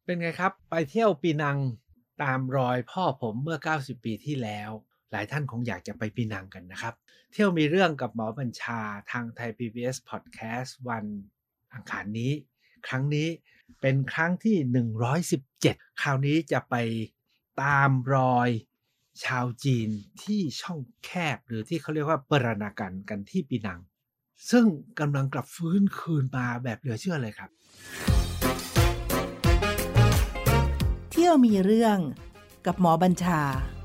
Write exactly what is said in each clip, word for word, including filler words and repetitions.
เป็นไงครับไปเที่ยวปีนังตามรอยพ่อผมเมื่อเก้าสิบปีที่แล้วหลายท่านคงอยากจะไปปีนังกันนะครับเที่ยวมีเรื่องกับหมอบัญชาทางไทย พี บี เอส Podcast วันอังคารนี้ครั้งนี้เป็นครั้งที่หนึ่งร้อยสิบเจ็ดคราวนี้จะไปตามรอยชาวจีนที่ช่องแคบหรือที่เขาเรียกว่าปรณากันกันที่ปีนังซึ่งกำลังกลับฟื้นคืนมาแบบเหลือเชื่อเลยครับเที่ยวมีเรื่องกับหมอบัญชา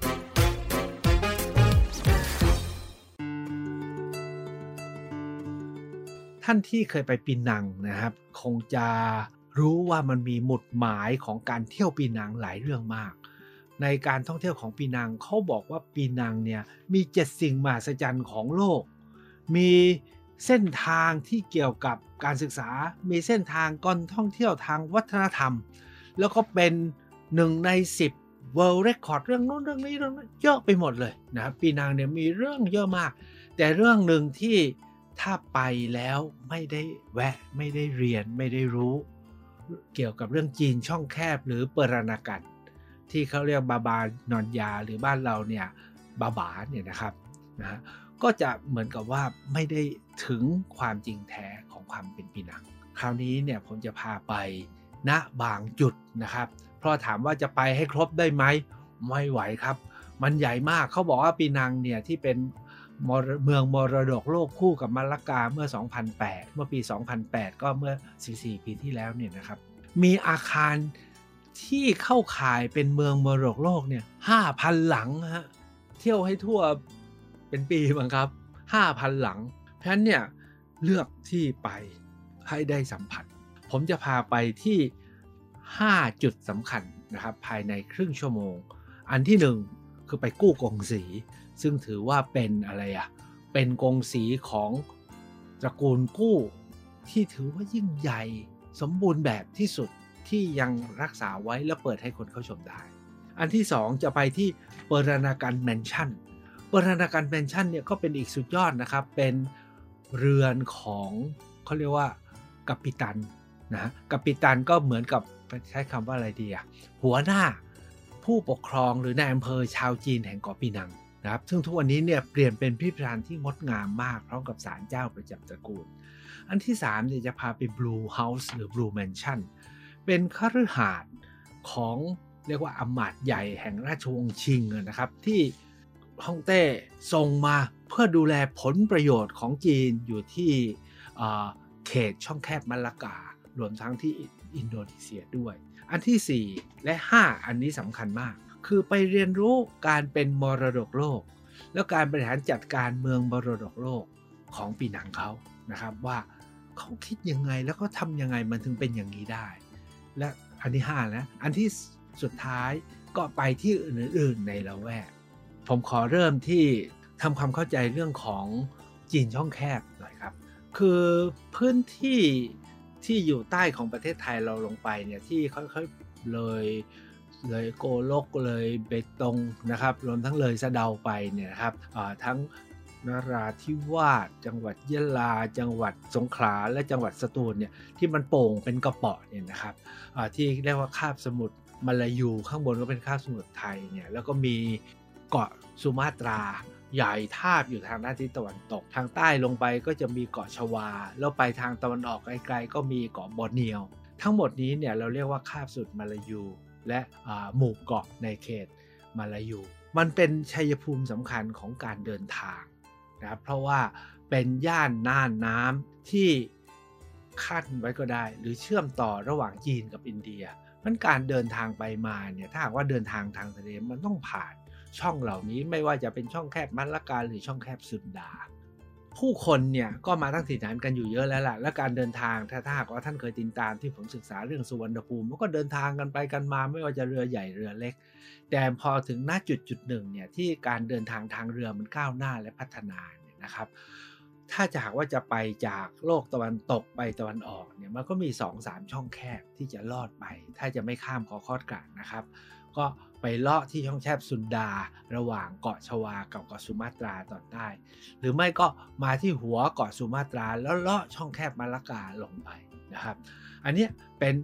ท่านที่เคยไปปีนังนะครับคงจะรู้ว่ามันมีหมุดหมายของการเที่ยวปีนังหลายเรื่องมากในการท่องเที่ยวของปีนังเขาบอกว่าปีนังเนี่ยมีเจ็ดสิ่งมหัศจรรย์ของโลกมีเส้นทางที่เกี่ยวกับการศึกษามีเส้นทางการท่องเที่ยวทางวัฒนธรรมแล้วก็เป็นหนึ่งในสิบ World Record เรื่องนู้นเรื่องนี้เรื่องนั้นเยอะไปหมดเลยนะครับปีนังเนี่ยมีเรื่องเยอะมากแต่เรื่องหนึ่งที่ถ้าไปแล้วไม่ได้แวะไม่ได้เรียนไม่ได้รู้เกี่ยวกับเรื่องจีนช่องแคบหรือเปรณากันที่เขาเรียกบาบานอนยาหรือบ้านเราเนี่ยบาบาเนี่ยนะครับนะฮะก็จะเหมือนกับว่าไม่ได้ถึงความจริงแท้ของความเป็นปีนังคราวนี้เนี่ยผมจะพาไปณบางจุดนะครับเพราะถามว่าจะไปให้ครบได้ไหมไม่ไหวครับมันใหญ่มากเขาบอกว่าปีนังเนี่ยที่เป็นเมืองมรดกโลกคู่กับมาลากาเมื่อสองพันแปดเมื่อปีสองพันแปดก็เมื่อสี่สิบสี่ปีที่แล้วเนี่ยนะครับมีอาคารที่เข้าข่ายเป็นเมืองมรดกโลกเนี่ย ห้าพัน หลังฮะเที่ยวให้ทั่วเป็นปีมั้งครับ ห้าพัน หลังเพราะฉะนั้นเนี่ยเลือกที่ไปให้ได้สัมผัสผมจะพาไปที่ห้าจุดสำคัญนะครับภายในครึ่งชั่วโมงอันที่หนึ่งคือไปกู้กงสีซึ่งถือว่าเป็นอะไรอ่ะเป็นกงสีของตระกูลกู้ที่ถือว่ายิ่งใหญ่สมบูรณ์แบบที่สุดที่ยังรักษาไว้และเปิดให้คนเข้าชมได้อันที่สองจะไปที่เปรณากันแมนชั่นเปรณากันแมนชั่นเนี่ยก็เป็นอีกสุดยอดนะครับเป็นเรือนของเขาเรียกว่ากัปตันนะกัปตันก็เหมือนกับใช้คำว่าอะไรดีอ่ะหัวหน้าผู้ปกครองหรือนายอำเภอชาวจีนแห่งเกาะปีนังนะครับซึ่งทุกวันนี้เนี่ยเปลี่ยนเป็นพิพิธภัณฑ์ที่งดงามมากพร้อมกับศาลเจ้าประจำตระกูลอันที่สามเนี่ยจะพาไป Blue House หรือ Blue Mansion เป็นคฤหาสน์ของเรียกว่าอำมาตย์ใหญ่แห่งราชวงศ์ชิงนะครับที่ฮ่องเต้ส่งมาเพื่อดูแลผลประโยชน์ของจีนอยู่ที่เขตช่องแคบมัลลาการวมทั้งที่อินโดนีเซียด้วยอันที่สี่และห้าอันนี้สำคัญมากคือไปเรียนรู้การเป็นมรดกโลกแล้วการบริหารจัดการเมืองมรดกโลกของปีนังเขานะครับว่าเขาคิดยังไงแล้วก็ทำยังไงมันถึงเป็นอย่างนี้ได้และอันที่ห้านะอันที่สุดท้ายก็ไปที่อื่นๆในละแวกผมขอเริ่มที่ทำความเข้าใจเรื่องของจีนช่องแคบหน่อยครับคือพื้นที่ที่อยู่ใต้ของประเทศไทยเราลงไปเนี่ยที่ค่อยๆเลยเลยโกลกเลยเบตงนะครับรวมทั้งเลยสะเดาไปเนี่ยนะครับทั้งนราธิวาสจังหวัดยะลาจังหวัดสงขลาและจังหวัดสตูลเนี่ยที่มันโป่งเป็นกระเปาะเนี่ยนะครับที่เรียกว่าคาบสมุทรมาลายูข้างบนก็เป็นคาบสมุทรไทยเนี่ยแล้วก็มีเกาะสุมาตราใหญ่ทาบอยู่ทางด้านทิศตะวันตกทางใต้ลงไปก็จะมีเกาะชวาแล้วไปทางตะวันออกไกลๆก็มีเกาะบอร์เนียวทั้งหมดนี้เนี่ยเราเรียกว่าคาบสมุทรมาลายูและหมู่เกาะในเขตมาลายูมันเป็นชัยภูมิสำคัญของการเดินทางนะเพราะว่าเป็นย่านน่านน้ำที่ขั้นไว้ก็ได้หรือเชื่อมต่อระหว่างจีนกับอินเดียมันการเดินทางไปมาเนี่ยถ้าหากว่าเดินทางทางทะเลมันต้องผ่านช่องเหล่านี้ไม่ว่าจะเป็นช่องแคบมัลลากาหรือช่องแคบสุนดาผู้คนเนี่ยก็มาตั้งถิ่นฐานกันอยู่เยอะแล้วล่ะและการเดินทางถ้าถ้าหากว่าท่านเคยติดตามที่ผมศึกษาเรื่องสุวรรณภูมิมันก็เดินทางกันไปกันมาไม่ว่าจะเรือใหญ่เรือเล็กแต่พอถึงณจุดจุดหนึ่งเนี่ยที่การเดินทางทางเรือมันก้าวหน้าและพัฒนาเนี่ยนะครับถ้าจะหากว่าจะไปจากโลกตะวันตกไปตะวันออกเนี่ยมันก็มี สองถึงสาม ช่องแคบที่จะลอดไปถ้าจะไม่ข้ามคอคอดกลางนะครับก็ไปเลาะที่ช่องแคบสุนดาระหว่างเกาะชวากับเกาะสุมาตราตอนใต้หรือไม่ก็มาที่หัวเกาะสุมาตราแล้วเลาะช่องแคบมาลากาลงไปนะครับอันนี้เป็น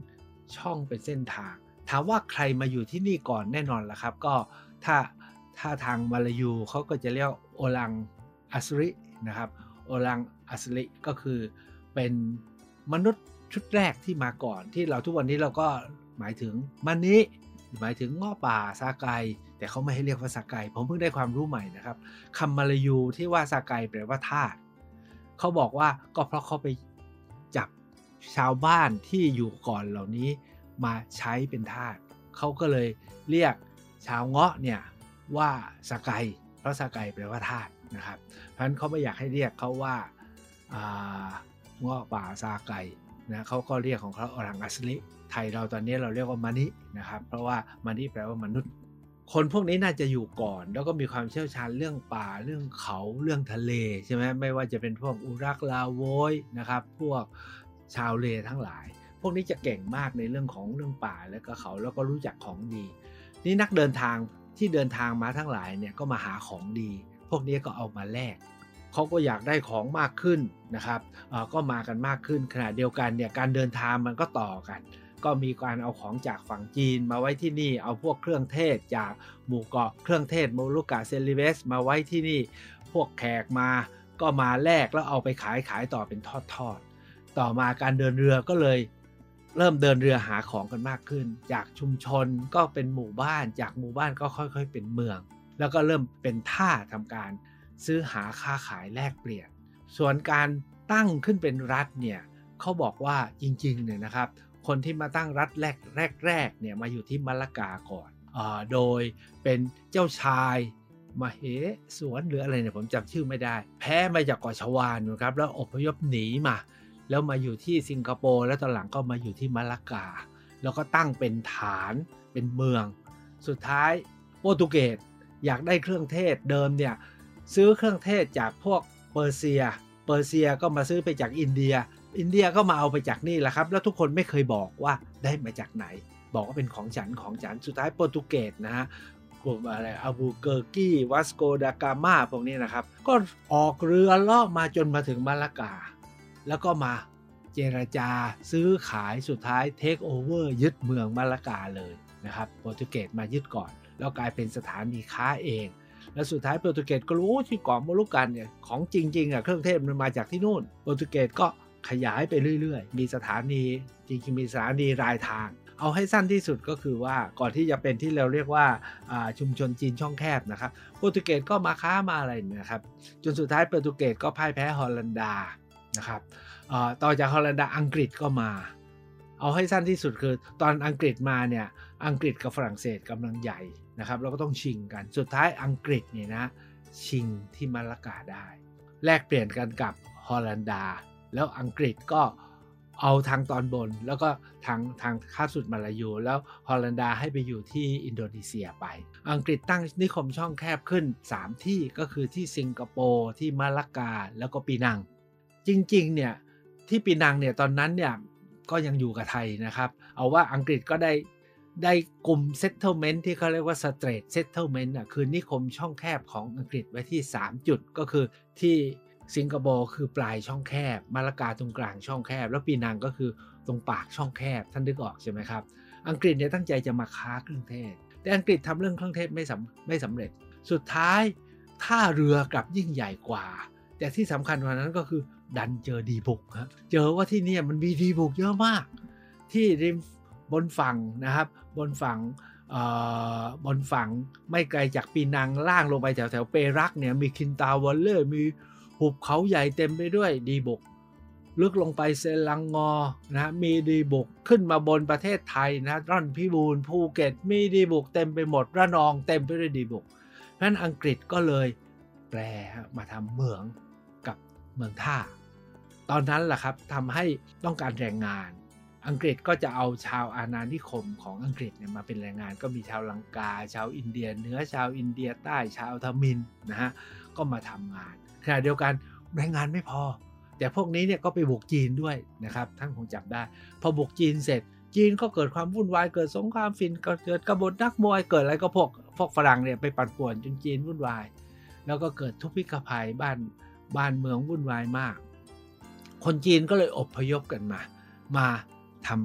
ช่องเป็นเส้นทางถามว่าใครมาอยู่ที่นี่ก่อนแน่นอนล่ะครับก็ถ้าถ้าทางมาลายูเขาก็จะเรียกโอลังอัสรินะครับโอลังอัสริก็คือเป็นมนุษย์ชุดแรกที่มาก่อนที่เราทุกวันนี้เราก็หมายถึงมันนี้หมายถึงง้อป่าซาไกแต่เขาไม่ให้เรียกว่าซาไกผมเพิ่งได้ความรู้ใหม่นะครับคำมาลายูที่ว่าซาไกแปลว่าทาสเขาบอกว่าก็เพราะเขาไปจับชาวบ้านที่อยู่ก่อนเหล่านี้มาใช้เป็นทาสเขาก็เลยเรียกชาวเงาะเนี่ยว่าซาไกเพราะซาไกแปลว่าทาสนะครับเพราะฉะนั้นเขาไม่อยากให้เรียกเขาว่าเงาะป่าซาไกนะเขาก็เรียกของเขาอรังอัสลิไทยเราตอนนี้เราเรียกว่ามานินะครับเพราะว่ามานิแปลว่ามนุษย์คนพวกนี้น่าจะอยู่ก่อนแล้วก็มีความเชี่ยวชาญเรื่องป่าเรื่องเขาเรื่องทะเลใช่ไหมไม่ว่าจะเป็นพวกอุรักลาโวยนะครับพวกชาวเลทั้งหลายพวกนี้จะเก่งมากในเรื่องของเรื่องป่าแล้วก็เขาแล้วก็รู้จักของดีนี่นักเดินทางที่เดินทางมาทั้งหลายเนี่ยก็มาหาของดีพวกนี้ก็เอามาแลกเขาก็อยากได้ของมากขึ้นนะครับก็มากันมากขึ้นขณะเดียวกันเนี่ยการเดินทางมันก็ต่อกันก็มีการเอาของจากฝั่งจีนมาไว้ที่นี่เอาพวกเครื่องเทศจากหมู่เกาะเครื่องเทศโมลูกาเซลิเวสมาไว้ที่นี่พวกแขกมาก็มาแลกแล้วเอาไปขายขายต่อเป็นทอดๆต่อมาการเดินเรือก็เลยเริ่มเดินเรือหาของกันมากขึ้นจากชุมชนก็เป็นหมู่บ้านจากหมู่บ้านก็ค่อยๆเป็นเมืองแล้วก็เริ่มเป็นท่าทำการซื้อหาค้าขายแลกเปลี่ยนส่วนการตั้งขึ้นเป็นรัฐเนี่ยเขาบอกว่าจริงๆเนี่ยนะครับคนที่มาตั้งรัฐแรกแรกๆเนี่ยมาอยู่ที่มะละกาก่อนอ่าโดยเป็นเจ้าชายมเหสวนหรืออะไรเนี่ยผมจำชื่อไม่ได้แพ้มาจากเกาะชวานะครับแล้วอพยพหนีมาแล้วมาอยู่ที่สิงคโปร์แล้วตอนหลังก็มาอยู่ที่มะละกาแล้วก็ตั้งเป็นฐานเป็นเมืองสุดท้ายโปรตุเกสอยากได้เครื่องเทศเดิมเนี่ยซื้อเครื่องเทศจากพวกเปอร์เซียเปอร์เซียก็มาซื้อไปจากอินเดียอินเดียก็มาเอาไปจากนี่แหละครับแล้วทุกคนไม่เคยบอกว่าได้มาจากไหนบอกว่าเป็นของฉันของฉันสุดท้ายโปรตุเกสนะฮะกลุ่มอะไรอาบูเกอร์กี้วัสโกดากามาพวกนี้นะครับก็ออกเรือล่อมาจนมาถึงมะละกาแล้วก็มาเจรจาซื้อขายสุดท้ายเทคโอเวอร์ยึดเมืองมะละกาเลยนะครับโปรตุเกสมายึดก่อนแล้วกลายเป็นสถานีค้าเองแล้วสุดท้ายโปรตุเกสก็รู้ที่เกาะโมลูกันเนี่ยของจริงๆอ่ะเครื่องเทศมันมาจากที่นู่นโปรตุเกสก็ขยายไปเรื่อยๆมีสถานีจริงๆมีสถานีรายทางเอาให้สั้นที่สุดก็คือว่าก่อนที่จะเป็นที่เราเรียกว่าชุมชนจีนช่องแคบนะครับโปรตุเกสก็มาค้ามาอะไรนะครับจนสุดท้ายโปรตุเกสก็พ่ายแพ้ฮอลันดานะครับต่อจากฮอลันดาอังกฤษก็มาเอาให้สั้นที่สุดคือตอนอังกฤษมาเนี่ยอังกฤษกับฝรั่งเศสกำลังใหญ่นะครับแล้วก็ต้องชิงกันสุดท้ายอังกฤษเนี่ยนะชิงที่มะละกาได้แลกเปลี่ยนกันกับฮอลันดาแล้วอังกฤษก็เอาทางตอนบนแล้วก็ทางทางคาบสุดมาลายูแล้วฮอลันดาให้ไปอยู่ที่อินโดนีเซียไปอังกฤษตั้งนิคมช่องแคบขึ้นสามที่ก็คือที่สิงคโปร์ที่มะละกาแล้วก็ปีนังจริงๆเนี่ยที่ปีนังเนี่ยตอนนั้นเนี่ยก็ยังอยู่กับไทยนะครับเอาว่าอังกฤษก็ได้ได้กลุ่ม settlement ที่เขาเรียกว่า Strait settlement อ่ะคือนิคมช่องแคบของอังกฤษไว้ที่สามจุดก็คือที่สิงคโปร์คือปลายช่องแคบมะละกาตรงกลางช่องแคบแล้วปีนังก็คือตรงปากช่องแคบท่านนึกออกใช่ไหมครับอังกฤษเนี่ยตั้งใจจะมาค้าเครื่องเทศแต่อังกฤษทำเรื่องเครื่องเทศไม่สำไม่สำเร็จสุดท้ายท่าเรือกลับยิ่งใหญ่กว่าแต่ที่สำคัญกว่านั้นก็คือดันเจอดีบุกครับเจอว่าที่นี่มันมีดีบุกเยอะมากที่ริมบนฝั่งนะครับบนฝั่งบนฝั่งไม่ไกลจากปีนังล่างลงไปแถวแถวเปรักเนี่ยมีคินตาวอลเลอร์มีหุบเขาใหญ่เต็มไปด้วยดีบุกลึกลงไปเซลังงอนะมีดีบุกขึ้นมาบนประเทศไทยนะร่อนพิบูลภูเก็ตมีดีบุกเต็มไปหมดระนองเต็มไปด้วยดีบุกเพราะฉะนั้นอังกฤษก็เลยแปลมาทำเหมืองกับเมืองท่าตอนนั้นแหละครับทำให้ต้องการแรงงานอังกฤษก็จะเอาชาวอาณานิคมของอังกฤษเนี่ยมาเป็นแรงงานก็มีชาวลังกาชาวอินเดียเหนือชาวอินเดียใต้ชาวทมิฬนะฮะก็มาทำงานขณะเดียวกันแรงงานไม่พอแต่พวกนี้เนี่ยก็ไปบุกจีนด้วยนะครับท่านคงจำได้พอบุกจีนเสร็จจีนก็เกิดความวุ่นวายเกิดสงครามฝิ่นเกิดกบฏนักมวยเกิดอะไรก็พวกพวกฝรั่งเนี่ยไปปั่นป่วนจนจีนวุ่นวายแล้วก็เกิดทุพพิฆภัยบ้านบ้านเมืองวุ่นวายมากคนจีนก็เลยอพยพกันมามาท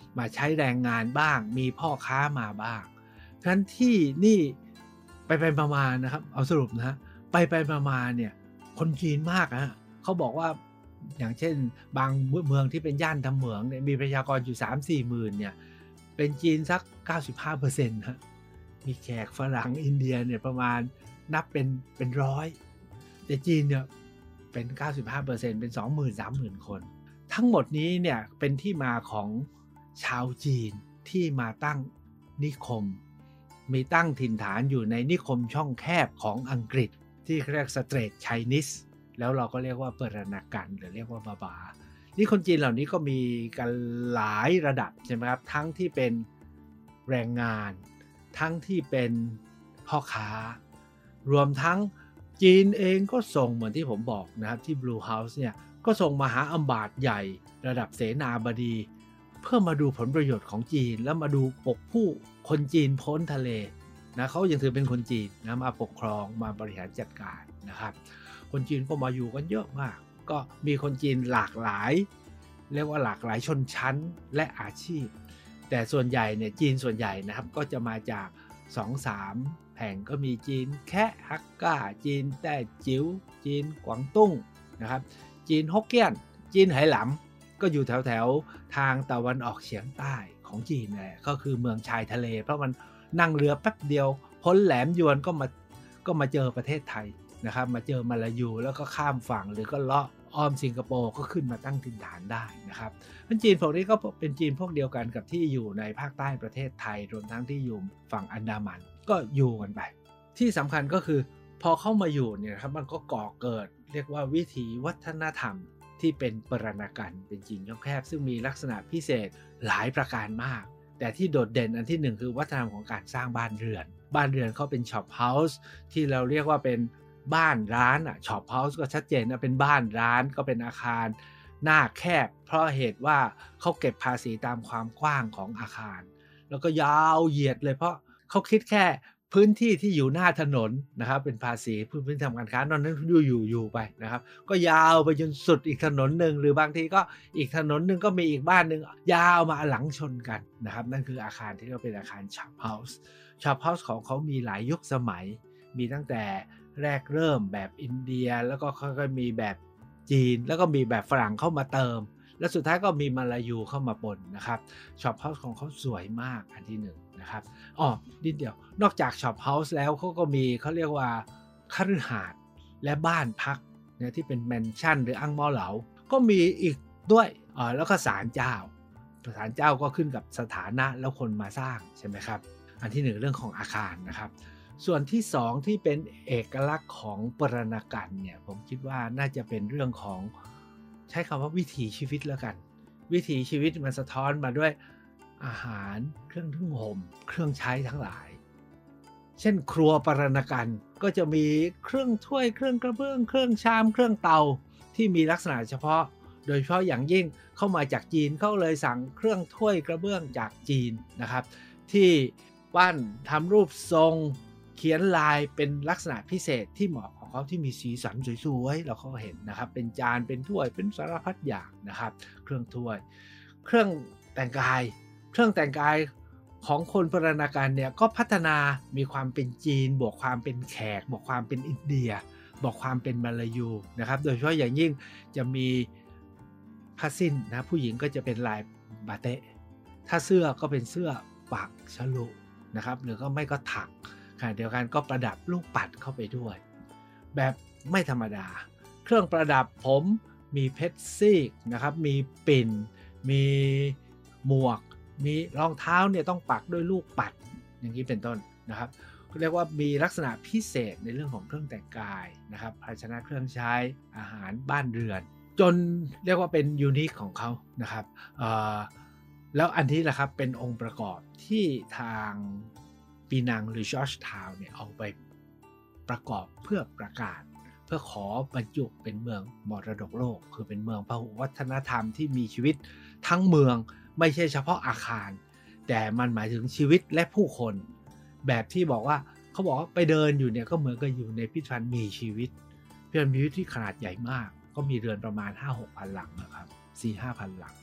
มาใช้แรงงานบ้างมีพ่อค้ามาบ้างฉะนั้นที่นี่ไปไปมาๆนะครับเอาสรุปนะฮะไปไปมาๆเนี่ยคนจีนมากนะเขาบอกว่าอย่างเช่นบางเมืองที่เป็นย่านทำเหมืองเนี่ยมีประชากรอยู่ สามสี่ หมื่นเนี่ยเป็นจีนสัก เก้าสิบห้าเปอร์เซ็นต์ ฮะมีแขกฝรั่งอินเดียเนี่ยประมาณนับเป็นเป็นร้อยแต่จีนเนี่ยเป็น เก้าสิบห้าเปอร์เซ็นต์ เป็น สองหมื่น สามหมื่น คนทั้งหมดนี้เนี่ยเป็นที่มาของชาวจีนที่มาตั้งนิคมมีตั้งถิ่นฐานอยู่ในนิคมช่องแคบของอังกฤษที่เรียกสเตรทไชนีสแล้วเราก็เรียกว่าเปรนากันหรือเรียกว่าบาบานี่คนจีนเหล่านี้ก็มีกันหลายระดับใช่ไหมครับทั้งที่เป็นแรงงานทั้งที่เป็นพ่อค้ารวมทั้งจีนเองก็ส่งเหมือนที่ผมบอกนะครับที่ Blue House เนี่ยก็ส่งมหาอำมาตย์ใหญ่ระดับเสนาบดีเพื่อมาดูผลประโยชน์ของจีนแล้วมาดูปกผู้คนจีนพ้นทะเลนะเขายังถือเป็นคนจีนนะมาปกครองมาบริหารจัดการนะครับคนจีนก็มาอยู่กันเยอะมากก็มีคนจีนหลากหลายเรียกว่าหลากหลายชนชั้นและอาชีพแต่ส่วนใหญ่เนี่ยจีนส่วนใหญ่นะครับก็จะมาจาก สองสาม แห่งก็มีจีนแคะฮักก้าจีนแต้จิ๋วจีนกวางตุ้งนะครับจีนฮกเกี้ยนจีนไหหลำก็อยู่แถวแถวทางตะวันออกเฉียงใต้ของจีนแหละก็คือเมืองชายทะเลเพราะมันนั่งเรือแป๊บเดียวพ้นแหลมยวนก็มาก็มาเจอประเทศไทยนะครับมาเจอมาลายูแล้วก็ข้ามฝั่งหรือก็เลาะอ้อมสิงคโปร์ก็ขึ้นมาตั้งถิ่นฐานได้นะครับจีนพวกนี้ก็เป็นจีนพวกเดียวกันกับที่อยู่ในภาคใต้ประเทศไทยรวมทั้งที่อยู่ฝั่งอันดามันก็อยู่กันไปที่สำคัญก็คือพอเข้ามาอยู่เนี่ยครับมันก็ก่อเกิดเรียกว่าวิถีวัฒนธรรมที่เป็นปรณกันเป็นจีนช่องแคบซึ่งมีลักษณะพิเศษหลายประการมากแต่ที่โดดเด่นอันที่หนึ่งคือวัฒนธรรมของการสร้างบ้านเรือนบ้านเรือนเขาเป็นช็อปเฮาส์ที่เราเรียกว่าเป็นบ้านร้านอ่ะช็อปเฮาส์ก็ชัดเจนนะเป็นบ้านร้านก็เป็นอาคารหน้าแคบเพราะเหตุว่าเขาเก็บภาษีตามความกว้างของอาคารแล้วก็ยาวเหยียดเลยเพราะเขาคิดแค่พื้นที่ที่อยู่หน้าถนนนะครับเป็นภาษีพื้นที่ทำการค้านอกนั้นอยู่อยู่อยู่ไปนะครับก็ยาวไปจนสุดอีกถนนหนึ่งหรือบางทีก็อีกถนนหนึ่งก็มีอีกบ้านหนึ่งยาวมาหลังชนกันนะครับนั่นคืออาคารที่เรียกว่าเป็นอาคารช็อปเฮาส์ช็อปเฮาส์ของเขามีหลายยุคสมัยมีตั้งแต่แรกเริ่มแบบอินเดียแล้วก็ค่อยๆมีแบบจีนแล้วก็มีแบบฝรั่งเข้ามาเติมและสุดท้ายก็มีมาลายูเข้ามาปนนะครับช็อปเฮาส์ของเขาสวยมากอันที่หนึ่งนะครับอ๋อนิดเดียวนอกจากช็อปเฮาส์แล้วเขาก็มีเขาเรียกว่าคฤหาสน์และบ้านพักเนี่ยที่เป็นแมนชั่นหรืออังมอเหลาก็มีอีกด้วยอ๋อแล้วก็ศาลเจ้าศาลเจ้าก็ขึ้นกับสถานะแล้วคนมาสร้างใช่ไหมครับอันที่หนึ่งเรื่องของอาคารนะครับส่วนที่สองที่เป็นเอกลักษณ์ของปรณกันเนี่ยผมคิดว่าน่าจะเป็นเรื่องของใช้คำว่าวิถีชีวิตแล้วกันวิถีชีวิตมันสะท้อนมาด้วยอาหารเครื่องนึ่งห่มเครื่องใช้ทั้งหลายเช่นครัวปรณกันก็จะมีเครื่องถ้วยเครื่องกระเบื้องเครื่องชามเครื่องเตาที่มีลักษณะเฉพาะโดยเฉพาะอย่างยิ่งเข้ามาจากจีนเขาเลยสั่งเครื่องถ้วยกระเบื้องจากจีนนะครับที่ปั้นทำรูปทรงเขียนลายเป็นลักษณะพิเศษที่เหมาะของเขาที่มีสีสันสวยๆเราก็เห็นนะครับเป็นจานเป็นถ้วยเป็นสารพัดอย่างนะครับเครื่องถ้วยเครื่องแต่งกายเครื่องแต่งกายของคนปรณกันเนี่ยก็พัฒนามีความเป็นจีนบวกความเป็นแขกบวกความเป็นอินเดียบวกความเป็นมาลายูนะครับโดยเฉพาะอย่างยิ่งจะมีผ้าสิ้นนะผู้หญิงก็จะเป็นลายบาเตะถ้าเสื้อก็เป็นเสื้อปักฉลุนะครับหรือก็ไม่ก็ถักขณะเดียวกันก็ประดับลูกปัดเข้าไปด้วยแบบไม่ธรรมดาเครื่องประดับผมมีเพชรซีกนะครับมีปิ่นมีหมวกมีรองเท้าเนี่ยต้องปักด้วยลูกปัดอย่างนี้เป็นต้นนะครับเรียกว่ามีลักษณะพิเศษในเรื่องของเครื่องแต่งกายนะครับภาชนะเครื่องใช้อาหารบ้านเรือนจนเรียกว่าเป็นยูนิคของเขานะครับแล้วอันนี้แหละครับเป็นองค์ประกอบที่ทางปีนังหรือจอร์จทาวน์เนี่ยเอาไปประกอบเพื่อประกาศเพื่อขอบรรจุเป็นเมืองมรดกโลกคือเป็นเมืองพหุวัฒนธรรมที่มีชีวิตทั้งเมืองไม่ใช่เฉพาะอาคารแต่มันหมายถึงชีวิตและผู้คนแบบที่บอกว่าเขาบอกว่าไปเดินอยู่เนี่ยก็เหมือนกับอยู่ในพิพิธภัณฑ์มีชีวิตพิพิธภัณฑ์ที่ขนาดใหญ่มากก็มีเรือนประมาณ ห้าหก พันหลังนะครับ สี่ห้า พันหลัง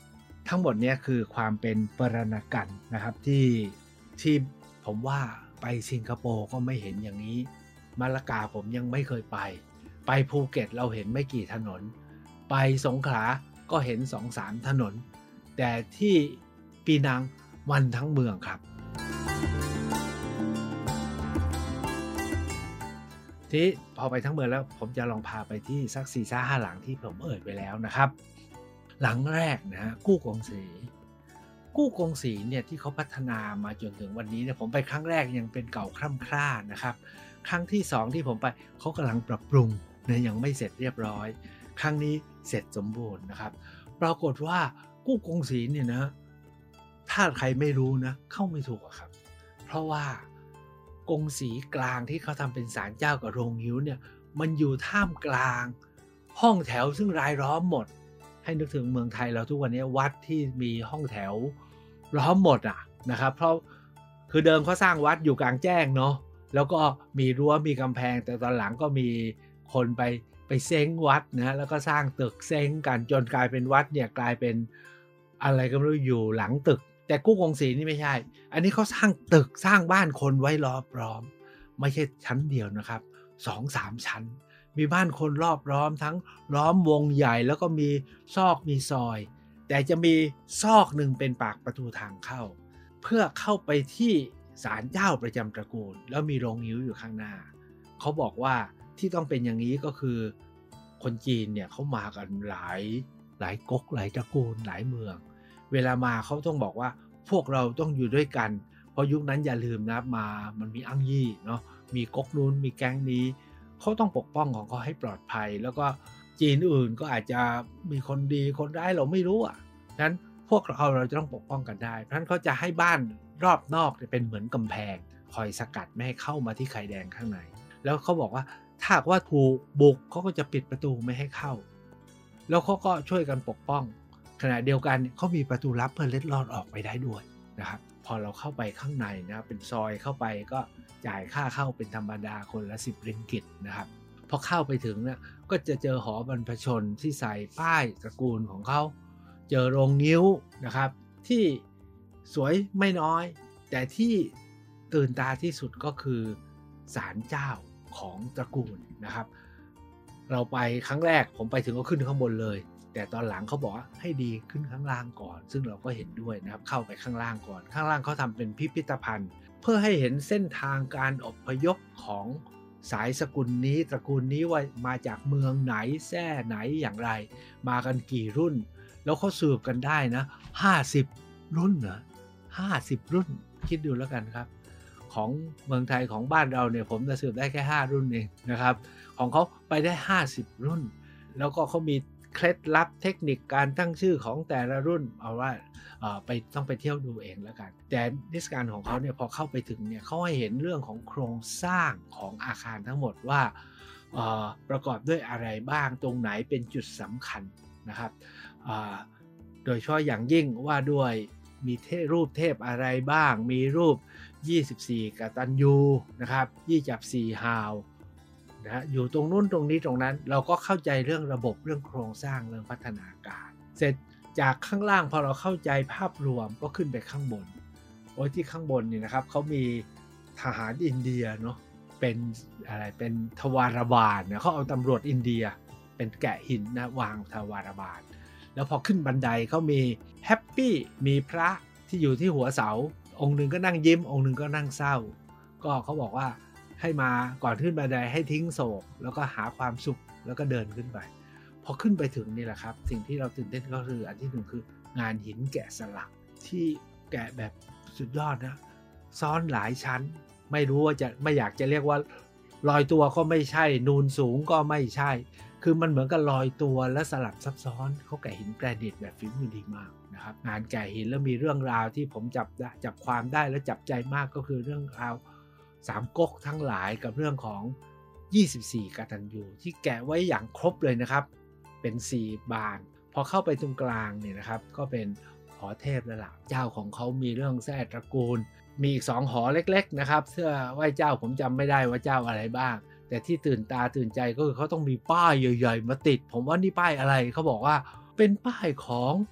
ทั้งหมดเนี้ยคือความเป็นปรณกันนะครับที่ที่ผมว่าไปสิงคโปร์ก็ไม่เห็นอย่างนี้มาละกาผมยังไม่เคยไปไปภูเก็ตเราเห็นไม่กี่ถนนไปสงขลาก็เห็น สองสาม ถนนแต่ที่ปีนังมันทั้งเมืองครับทีนี้พอไปทั้งเมืองแล้วผมจะลองพาไปที่สัก สี่ห้า หลังที่ผมเอ่ยไปแล้วนะครับหลังแรกนะฮะกู้กงสีกู้กงสีเนี่ยที่เขาพัฒนามาจนถึงวันนี้เนี่ยผมไปครั้งแรกยังเป็นเก่าคร่ำคร่านะครับครั้งที่สองที่ผมไปเขากำลังปรับปรุงนะยังไม่เสร็จเรียบร้อยครั้งนี้เสร็จสมบูรณ์นะครับปรากฏว่ากู้กงสีเนี่ยนะถ้าใครไม่รู้นะเข้าไม่ถูกอะครับเพราะว่ากงสีกลางที่เขาทำเป็นศาลเจ้ากับโรงงิ้วเนี่ยมันอยู่ท่ามกลางห้องแถวซึ่งรายล้อมหมดให้นึกถึงเมืองไทยเราทุกวันนี้วัดที่มีห้องแถวล้อมหมดอ่ะนะครับเพราะคือเดิมเขาสร้างวัดอยู่กลางแจ้งเนาะแล้วก็มีรั้วมีกำแพงแต่ตอนหลังก็มีคนไปไปเซ้งวัดนะแล้วก็สร้างตึกเซ้งกันจนกลายเป็นวัดเนี่ยกลายเป็นอะไรก็ไม่รู้อยู่หลังตึกแต่กู้กงสีนี่ไม่ใช่อันนี้เขาสร้างตึกสร้างบ้านคนไว้รอบล้อมไม่ใช่ชั้นเดียวนะครับ สองสาม ชั้นมีบ้านคนรอบล้อมทั้งล้อมวงใหญ่แล้วก็มีซอกมีซอยแต่จะมีซอกหนึ่งเป็นปากประตูทางเข้าเพื่อเข้าไปที่ศาลเจ้าประจำตระกูลแล้วมีโรงงิ้วอยู่ข้างหน้าเขาบอกว่าที่ต้องเป็นอย่างนี้ก็คือคนจีนเนี่ยเขามากันหลายหลายก๊กหลายตระกูลหลายเมืองเวลามาเขาต้องบอกว่าพวกเราต้องอยู่ด้วยกันเพราะยุคนั้นอย่าลืมนะมามันมีอั้งยี่เนาะมีก๊กนู้นมีแก๊งนี้เขาต้องปกป้องของเขาให้ปลอดภัยแล้วก็จีนอื่นก็อาจจะมีคนดีคนร้ายเราไม่รู้อ่ะนั้นพวกเราเราจะต้องปกป้องกันได้เพราะฉะนั้นเขาจะให้บ้านรอบนอกเป็นเหมือนกำแพงคอยสกัดไม่ให้เข้ามาที่ไข่แดงข้างในแล้วเขาบอกว่าถ้าว่าถูกบุกเขาก็จะปิดประตูไม่ให้เข้าแล้วเขาก็ช่วยกันปกป้องขณะเดียวกันเขามีประตูลับเพื่อเล็ดลอดออกไปได้ด้วยนะครับพอเราเข้าไปข้างในนะเป็นซอยเข้าไปก็จ่ายค่าเข้าเป็นธรรมดาคนละสิบริงกิตนะครับพอเข้าไปถึงเนี่ยก็จะเจอหอบรรพชนที่ใส่ป้ายตระกูลของเขาเจอโรงงิ้วนะครับที่สวยไม่น้อยแต่ที่ตื่นตาที่สุดก็คือศาลเจ้าของตระกูลนะครับเราไปครั้งแรกผมไปถึงก็ขึ้นข้างบนเลยแต่ตอนหลังเขาบอกว่าให้ดีขึ้นข้างล่างก่อนซึ่งเราก็เห็นด้วยนะครับเข้าไปข้างล่างก่อนข้างล่างเขาทำเป็นพิพิธภัณฑ์เพื่อให้เห็นเส้นทางการอพยพของสายสกุลนี้ตระกูลนี้ว่ามาจากเมืองไหนแท่ไหนอย่างไรมากันกี่รุ่นแล้วเขาสืบกันได้นะห้าสิบรุ่นเหรอห้าสิบรุ่นคิดดูแล้วกันครับของเมืองไทยของบ้านเราเนี่ยผมจะสืบได้แค่ห้ารุ่นเองนะครับของเขาไปได้ห้าสิบรุ่นแล้วก็เขามีเคล็ดลับเทคนิคการตั้งชื่อของแต่ละรุ่นเอาว่าไปต้องไปเที่ยวดูเองแล้วกันแต่นิทรรศการของเขาเนี่ยพอเข้าไปถึงเนี่ยเขาให้เห็นเรื่องของโครงสร้างของอาคารทั้งหมดว่าประกอบด้วยอะไรบ้างตรงไหนเป็นจุดสำคัญนะครับโดยเฉพาะอย่างยิ่งว่าด้วยมีเทพรูปเทพอะไรบ้างมีรูปยี่สิบสี่กตัญญูนะครับยี่จับสี่ฮาวนะอยู่ตรงนู้นตรงนี้ตรงนั้นเราก็เข้าใจเรื่องระบบเรื่องโครงสร้างเรื่องพัฒนาการเสร็จจากข้างล่างพอเราเข้าใจภาพรวมก็ขึ้นไปข้างบนโอ้ยที่ข้างบนนี่นะครับเขามีทหารอินเดียเนาะเป็นอะไรเป็นทวารบาลเนี่ยเขาเอาตำรวจอินเดียเป็นแกะหินนะวางทวารบาลแล้วพอขึ้นบันไดเขามีแฮปปี้มีพระที่อยู่ที่หัวเสาองค์หนึ่งก็นั่งยิ้มองค์หนึ่งก็นั่งเศร้าก็เขาบอกว่าให้มาก่อนขึ้นบันไดให้ทิ้งโศกแล้วก็หาความสุขแล้วก็เดินขึ้นไปพอขึ้นไปถึงนี่แหละครับสิ่งที่เราตื่นเต้นก็คืออันที่หนึ่งคืองานหินแกะสลักที่แกะแบบสุดยอดนะซ้อนหลายชั้นไม่รู้ว่าจะไม่อยากจะเรียกว่าลอยตัวก็ไม่ใช่นูนสูงก็ไม่ใช่คือมันเหมือนกับลอยตัวและสลับซับซ้อนเขาแกะหินแกรนิตแบบฝีมือดีมากนะครับงานแกะหินแล้วมีเรื่องราวที่ผมจับจับความได้และจับใจมากก็คือเรื่องราวสามก๊กทั้งหลายกับเรื่องของยี่สิบสี่กตัญญูที่แกะไว้อย่างครบเลยนะครับเป็นสี่บานพอเข้าไปตรงกลางเนี่ยนะครับก็เป็นหอเทพแล้วล่ะเจ้าของเขามีเรื่องแท้ตระกูลมีอีกสองหอเล็กๆนะครับเสื้อไหว้เจ้าผมจำไม่ได้ว่าเจ้าอะไรบ้างแต่ที่ตื่นตาตื่นใจก็คือเขาต้องมีป้ายใหญ่ๆมาติดผมว่านี่ป้ายอะไรเขาบอกว่าเป็นป้ายของ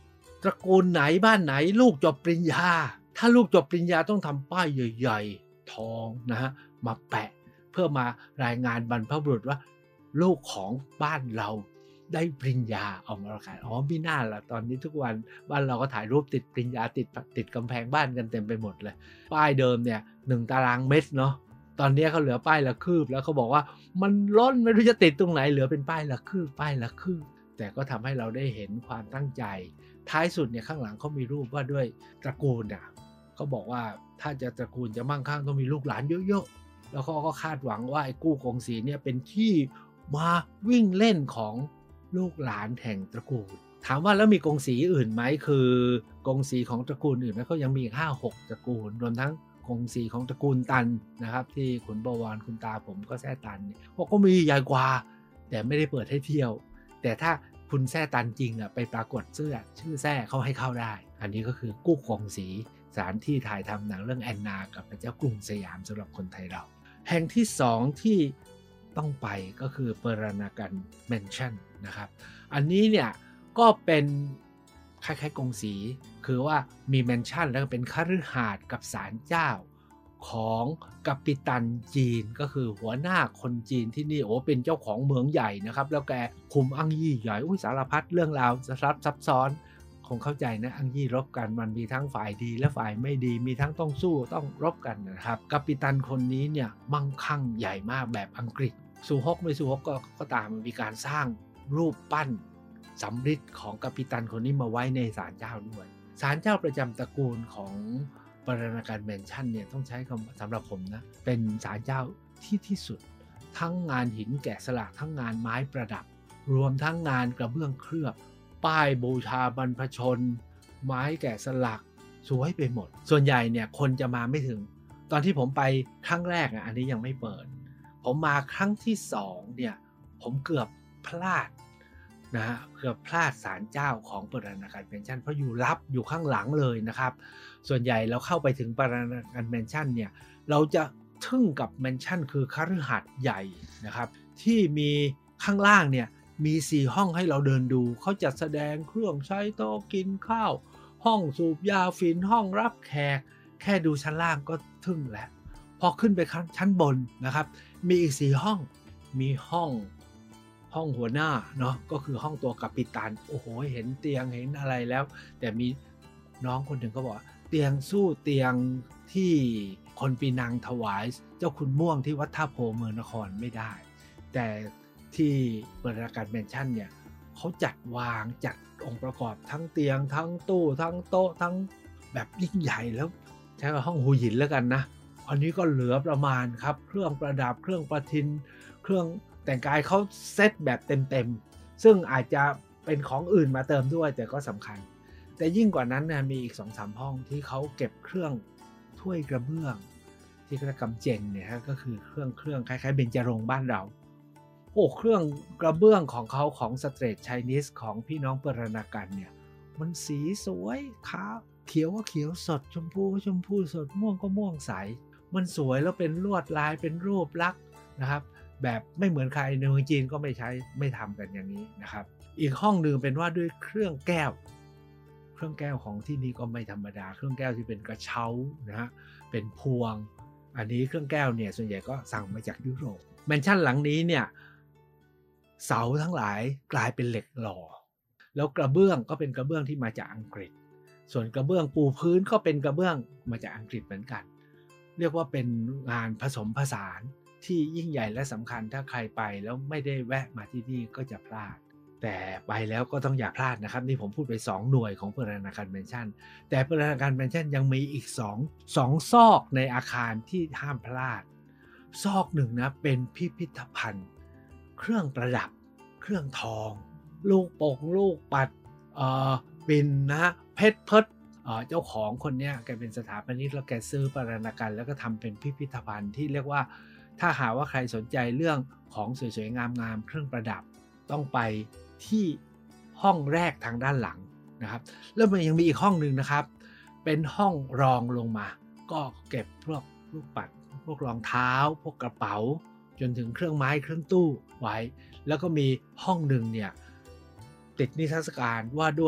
ตระกูลไหนบ้านไหนลูกจบปริญญาถ้าลูกจบปริญญาต้องทำป้ายใหญ่ๆทองนะฮะมาแปะเพื่อมารายงานบรรพบุรุษว่าลูกของบ้านเราได้ปริญญาเอามาขายอ๋อไม่น่าล่ะตอนนี้ทุกวันบ้านเราก็ถ่ายรูปติดปริญญาติดติดกำแพงบ้านกันเต็มไปหมดเลยป้ายเดิมเนี่ยหนึ่งตารางเมตรเนาะตอนนี้เขาเหลือป้ายละคืบแล้วเขาบอกว่ามันล้นไม่รู้จะติดตรงไหนเหลือเป็นป้ายละคืบป้ายละคืบแต่ก็ทำให้เราได้เห็นความตั้งใจท้ายสุดเนี่ยข้างหลังเขามีรูปว่าด้วยตระกูลอ่ะเขาบอกว่าถ้าจะตระกูลจะมั่งคั่งต้องมีลูกหลานเยอะๆแล้วเขาก็คาดหวังว่าไอ้กู้กงสีเนี่ยเป็นที่มาวิ่งเล่นของลูกหลานแห่งตระกูลถามว่าแล้วมีกงสีอื่นไหมคือกงสีของตระกูลอื่นไหมเขายังมีห้าหกตระกูลรวมทั้งกงสีของตระกูลตันนะครับที่ขุนบวรคุณตาผมก็แซ่ตันเนี่ยพวกก็มีใหญ่กว่าแต่ไม่ได้เปิดให้เที่ยวแต่ถ้าคุณแซ่ตันจริงอ่ะไปปรากฏเสื้อชื่อแซ่เขาให้เข้าได้อันนี้ก็คือกู้กงสีสถานที่ถ่ายทำหนังเรื่องแอนนากับพระเจ้ากรุงสยามสำหรับคนไทยเราแห่งที่สองที่ต้องไปก็คือเปรณากันแมนชั่นนะครับอันนี้เนี่ยก็เป็นคล้ายๆกงสีคือว่ามีแมนชั่นแล้วก็เป็นคฤหาสน์กับศาลเจ้าของกัปปิตันจีนก็คือหัวหน้าคนจีนที่นี่โอ้เป็นเจ้าของเมืองใหญ่นะครับแล้วแกคุมอังยี่ใหญ่อุ้ยสารพัดเรื่องราวซับซ้อนคงเข้าใจนะอังยี่รบกันมันมีทั้งฝ่ายดีและฝ่ายไม่ดีมีทั้งต้องสู้ต้องรบกันนะครับกัปปิตันคนนี้เนี่ยมั่งคั่งใหญ่มากแบบอังกฤษซูฮกไม่ซูฮกก็ก็ตามมีการสร้างรูปปั้นสำริดของกัปปิตันคนนี้มาไว้ในศาลเจ้าด้วยศาลเจ้าประจำตระกูลของปรณาการแมนชั่นเนี่ยต้องใช้คำสำหรับผมนะเป็นศาลเจ้าที่ที่สุดทั้งงานหินแกะสลักทั้งงานไม้ประดับรวมทั้งงานกระเบื้องเคลือบป้ายบูชาบรรพชนไม้แกะสลักสวยไปหมดส่วนใหญ่เนี่ยคนจะมาไม่ถึงตอนที่ผมไปครั้งแรกอ่ะอันนี้ยังไม่เปิดผมมาครั้งที่สองเนี่ยผมเกือบพลาดนะฮะเกือบพลาดศาลเจ้าของปรณาการแมนชั่นเพราะอยู่ลับอยู่ข้างหลังเลยนะครับส่วนใหญ่เราเข้าไปถึงปรณาการแมนชั่นเนี่ยเราจะทึ่งกับแมนชั่นคือคฤหาสน์ใหญ่นะครับที่มีข้างล่างเนี่ยมีสี่ห้องให้เราเดินดูเขาจัดแสดงเครื่องใช้โต๊ะกินข้าวห้องสูบยาฝิ่นห้องรับแขกแค่ดูชั้นล่างก็ทึ่งแล้วพอขึ้นไปชั้นบนนะครับมีอีกสี่ห้องมีห้องห้องหัวหน้าเนาะก็คือห้องตัวกัปตันโอ้โหเห็นเตียงเห็นอะไรแล้วแต่มีน้องคนหนึ่งก็บอกเตียงสู้เตียงที่คนปีนังถวายเจ้าคุณม่วงที่วัดท่าโพเมืองนครไม่ได้แต่ที่ปรณาการแมนชั่นเนี่ยเขาจัดวางจัดองค์ประกอบทั้งเตียงทั้งตู้ทั้งโต๊ะทั้งแบบยิ่งใหญ่แล้วใช้ว่าห้องหูหยินแล้วกันนะอันนี้ก็เหลือประมาณครับเครื่องประดับเครื่องประทินเครื่องแต่งกายเขาเซตแบบเต็มๆซึ่งอาจจะเป็นของอื่นมาเติมด้วยแต่ก็สำคัญแต่ยิ่งกว่านั้นนะมีอีก สองสาม ห้องที่เขาเก็บเครื่องถ้วยกระเบื้องที่เขาเรียกกำเจงเนี่ยก็คือเครื่องเครื่องคล้ายๆเบญจรงค์บ้านเราโอ้เครื่องกระเบื้องของเขาของสเตรทไชนีสของพี่น้องปรณาการเนี่ยมันสีสวยขาวเขียวก็เขียวสดชมพูก็ชมพูสดม่วงก็ม่วงใสมันสวยแล้วเป็นลวดลายเป็นรูปลักษณ์นะครับแบบไม่เหมือนใครในเมืองจีนก็ไม่ใช้ไม่ทำกันอย่างนี้นะครับอีกห้องหนึ่งเป็นว่าด้วยเครื่องแก้วเครื่องแก้วของที่นี่ก็ไม่ธรรมดาเครื่องแก้วที่เป็นกระเช้านะฮะเป็นพวงอันนี้เครื่องแก้วเนี่ยส่วนใหญ่ก็สั่งมาจากยุโรปแมนชั่นหลังนี้เนี่ยเสาทั้งหลายกลายเป็นเหล็กหล่อแล้วกระเบื้องก็เป็นกระเบื้องที่มาจากอังกฤษส่วนกระเบื้องปูพื้นก็เป็นกระเบื้องมาจากอังกฤษเหมือนกันเรียกว่าเป็นงานผสมผสานที่ยิ่งใหญ่และสำคัญถ้าใครไปแล้วไม่ได้แวะมาที่นี่ก็จะพลาดแต่ไปแล้วก็ต้องอย่าพลาดนะครับนี่ผมพูดไปสองหน่วยของปรณาการแมนชั่นแต่ปรณาการแมนชั่นยังมีอีก2 2ซอกในอาคารที่ห้ามพลาดซอกหนึ่งนะเป็นพิพิธภัณฑ์เครื่องประดับเครื่องทองลูกโป่งลูกปัดเอ่อปิ่นนะเพชรเพิดเจ้าของคนเนี้ยแกเป็นสถาปนิกแล้วแกซื้อปรณาการแล้วก็ทำเป็นพิพิธภัณฑ์ที่เรียกว่าถ้าหากว่าใครสนใจเรื่องของสวยๆงามๆเครื่องประดับต้องไปที่ห้องแรกทางด้านหลังนะครับแล้วมันยังมีอีกห้องหนึ่งนะครับเป็นห้องรองลงมาก็เก็บพวกลูกปัดพวกรองเท้าพวกกระเป๋าจนถึงเครื่องไม้เครื่องตู้ไว้แล้วก็มีห้องหนึ่งเนี่ยติดนิทรรศการว่าด้วย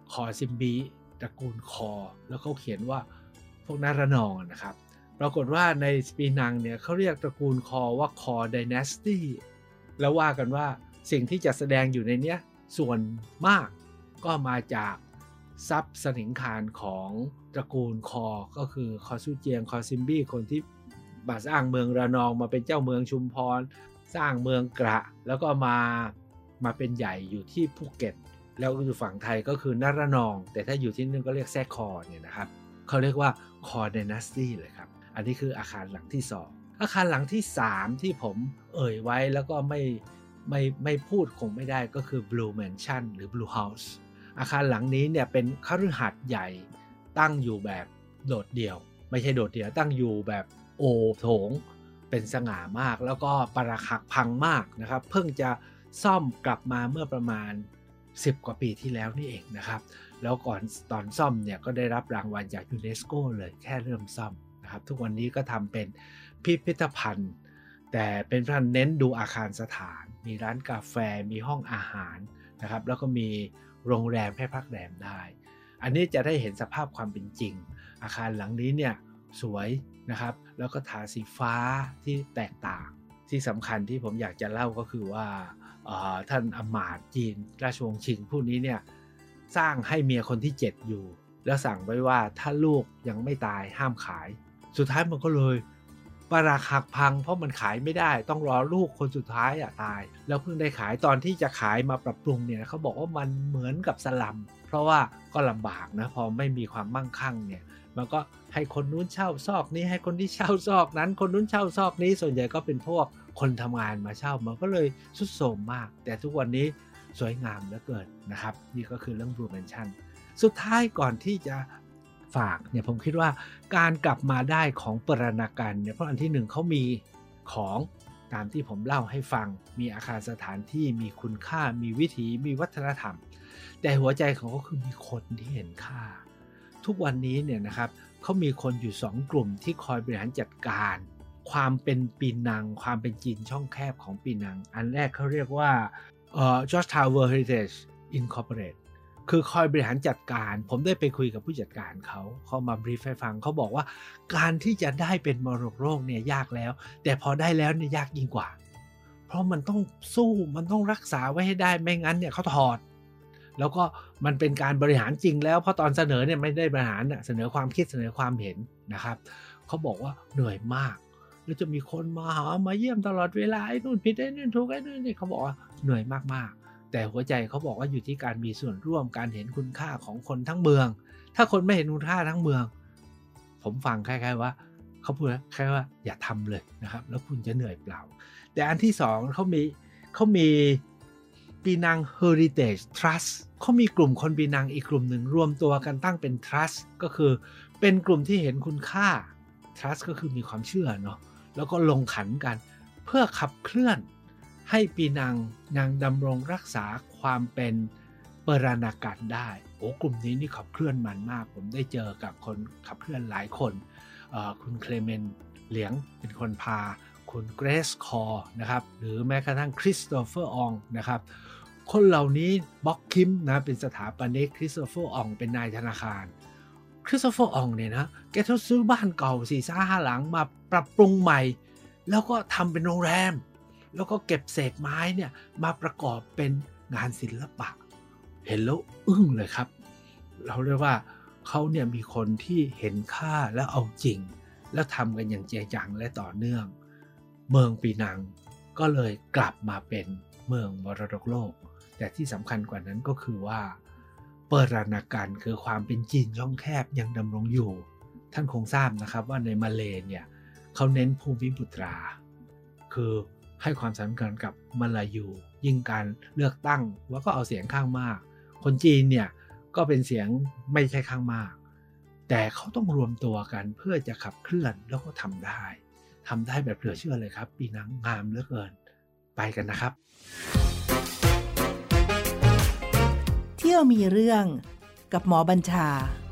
คอซิมบีตระกูลคอแล้วเขาเขียนว่าพวกนารนองนะครับปรากฏว่าในปีนังเนี่ยเขาเรียกตระกูลคอว่าคอไดนาสตี้แล้วว่ากันว่าสิ่งที่จะแสดงอยู่ในเนี้ยส่วนมากก็มาจากทรัพย์สนิงคารของตระกูลคอก็คือคอซูเจียงคอซิมบี้คนที่มาสร้างเมืองระนองมาเป็นเจ้าเมืองชุมพรสร้างเมืองกระแล้วก็มามาเป็นใหญ่อยู่ที่ภูเก็ตแล้วอยู่ฝั่งไทยก็คือนารนองแต่ถ้าอยู่ที่นั่นก็เรียกแซ่คอเนี่ยนะครับเขาเรียกว่าคอไดนาสตี้เลยครับอันนี้คืออาคารหลังที่สองอาคารหลังที่สามที่ผมเอ่ยไว้แล้วก็ไม่ไม่ไม่พูดคงไม่ได้ก็คือ Blue Mansion หรือ Blue House อาคารหลังนี้เนี่ยเป็นคฤหาสน์ใหญ่ตั้งอยู่แบบโดดเดี่ยวไม่ใช่โดดเดี่ยวตั้งอยู่แบบโอโถงเป็นสง่ามากแล้วก็ปรักหักพังมากนะครับเพิ่งจะซ่อมกลับมาเมื่อประมาณสิบกว่าปีที่แล้วนี่เองนะครับแล้วก่อนตอนซ่อมเนี่ยก็ได้รับรางวัลจากยูเนสโกเลยแค่เริ่มซ่อมนะครับทุกวันนี้ก็ทำเป็นพิพิธภัณฑ์แต่เป็นพันเน้นดูอาคารสถานมีร้านกาแฟมีห้องอาหารนะครับแล้วก็มีโรงแรมให้พักแรมได้อันนี้จะได้เห็นสภาพความเป็นจริงอาคารหลังนี้เนี่ยสวยนะครับแล้วก็ทาสีฟ้าที่แตกต่างที่สำคัญที่ผมอยากจะเล่าก็คือว่าท่านอมาตย์จีนราชวงศ์ชิงผู้นี้เนี่ยสร้างให้เมียคนที่เจ็ดอยู่แล้วสั่งไว้ว่าถ้าลูกยังไม่ตายห้ามขายสุดท้ายมันก็เลยปรักหักพังเพราะมันขายไม่ได้ต้องรอลูกคนสุดท้ายอ่ะตายแล้วเพิ่งได้ขายตอนที่จะขายมาปรับปรุงเนี่ยเขาบอกว่ามันเหมือนกับสลัมเพราะว่าก็ลำบากนะพอไม่มีความมั่งคั่งเนี่ยมันก็ให้คนนู้นเช่าซอกนี้ให้คนที่เช่าซอกนั้นคนนู้นเช่าซอกนี้ส่วนใหญ่ก็เป็นพวกคนทำงานมาเช่ามันก็เลยทรุดโทรมมากแต่ทุกวันนี้สวยงามเหลือเกินนะครับนี่ก็คือเรื่อง Blue Mansion สุดท้ายก่อนที่จะฝากเนี่ยผมคิดว่าการกลับมาได้ของปรณกันเนี่ยเพราะอันที่หนึ่งเขามีของตามที่ผมเล่าให้ฟังมีอาคารสถานที่มีคุณค่ามีวิถีมีวัฒนธรรมแต่หัวใจของเขาคือมีคนที่เห็นค่าทุกวันนี้เนี่ยนะครับเขามีคนอยู่สองกลุ่มที่คอยบริหารจัดการความเป็นปีนังความเป็นจีนช่องแคบของปีนังอันแรกเขาเรียกว่าเอ่อ Georgetown World Heritage Incorporatedคือคอยบริหารจัดการผมได้ไปคุยกับผู้จัดการเขาเขามาบรีฟให้ฟังเขาบอกว่าการที่จะได้เป็นมรดกโลกเนี่ยยากแล้วแต่พอได้แล้วเนี่ยยากยิ่งกว่าเพราะมันต้องสู้มันต้องรักษาไว้ให้ได้ไม่งั้นเนี่ยเขาถอดแล้วก็มันเป็นการบริหารจริงแล้วเพราะตอนเสนอเนี่ยไม่ได้บริหารเสนอความคิดเสนอความเห็นนะครับเขาบอกว่าเหนื่อยมากแล้วจะมีคนมาหามาเยี่ยมตลอดเวลาไอ้นู่นผิดไอ้นู่นถูกไอ้นู่นนี่เขาบอกว่าเหนื่อยมากๆแต่หัวใจเขาบอกว่าอยู่ที่การมีส่วนร่วมการเห็นคุณค่าของคนทั้งเมืองถ้าคนไม่เห็นคุณค่าทั้งเมืองผมฟังคล้ายๆว่าเขาพูดแค่ว่าอย่าทำเลยนะครับแล้วคุณจะเหนื่อยเปล่าแต่อันที่สองเขามีเขามีปีนัง Heritage Trust เขามีกลุ่มคนปีนังอีกกลุ่มหนึ่งรวมตัวกันตั้งเป็น Trust ก็คือเป็นกลุ่มที่เห็นคุณค่า Trust ก็คือมีความเชื่อเนาะแล้วก็ลงขันกันเพื่อขับเคลื่อนให้ปีนังยังดำรงรักษาความเป็นปรณกันได้โอ้กลุ่มนี้นี่ขับเคลื่อนมันมากผมได้เจอกับคนขับเคลื่อนหลายคนคุณเคลเมนเหลียงเป็นคนพาคุณเกรซคอร์นะครับหรือแม้กระทั่งคริสโตเฟอร์อองนะครับคนเหล่านี้บ็อกคิมนะเป็นสถาปนิกคริสโตเฟอร์อองเป็นนายธนาคารคริสโตเฟอร์อองเนี่ยนะแกทดซื้อบ้านเก่าสี่ซ่าห้าหลังมาปรับปรุงใหม่แล้วก็ทำเป็นโรงแรมแล้วก็เก็บเศษไม้เนี่ยมาประกอบเป็นงานศิลปะเห็นแล้วอึ้งเลยครับเราเรียกว่าเขาเนี่ยมีคนที่เห็นค่าและเอาจริงแล้วทำกันอย่างจริงจังและต่อเนื่องเมืองปีนังก็เลยกลับมาเป็นเมืองมรดกโลกแต่ที่สำคัญกว่านั้นก็คือว่าปรณกันคือความเป็นจีนช่องแคบยังดำรงอยู่ท่านคงทราบนะครับว่าในมาเลเนี่ยเขาเน้นภูมิปุตราคือให้ความสำคัญกับมาลายูยิ่งการเลือกตั้งว่าก็เอาเสียงข้างมากคนจีนเนี่ยก็เป็นเสียงไม่ใช่ข้างมากแต่เขาต้องรวมตัวกันเพื่อจะขับเคลื่อนแล้วก็ทำได้ทำได้แบบเหลือเชื่อเลยครับปีนังงามเหลือเกินไปกันนะครับเที่ยวมีเรื่องกับหมอบัญชา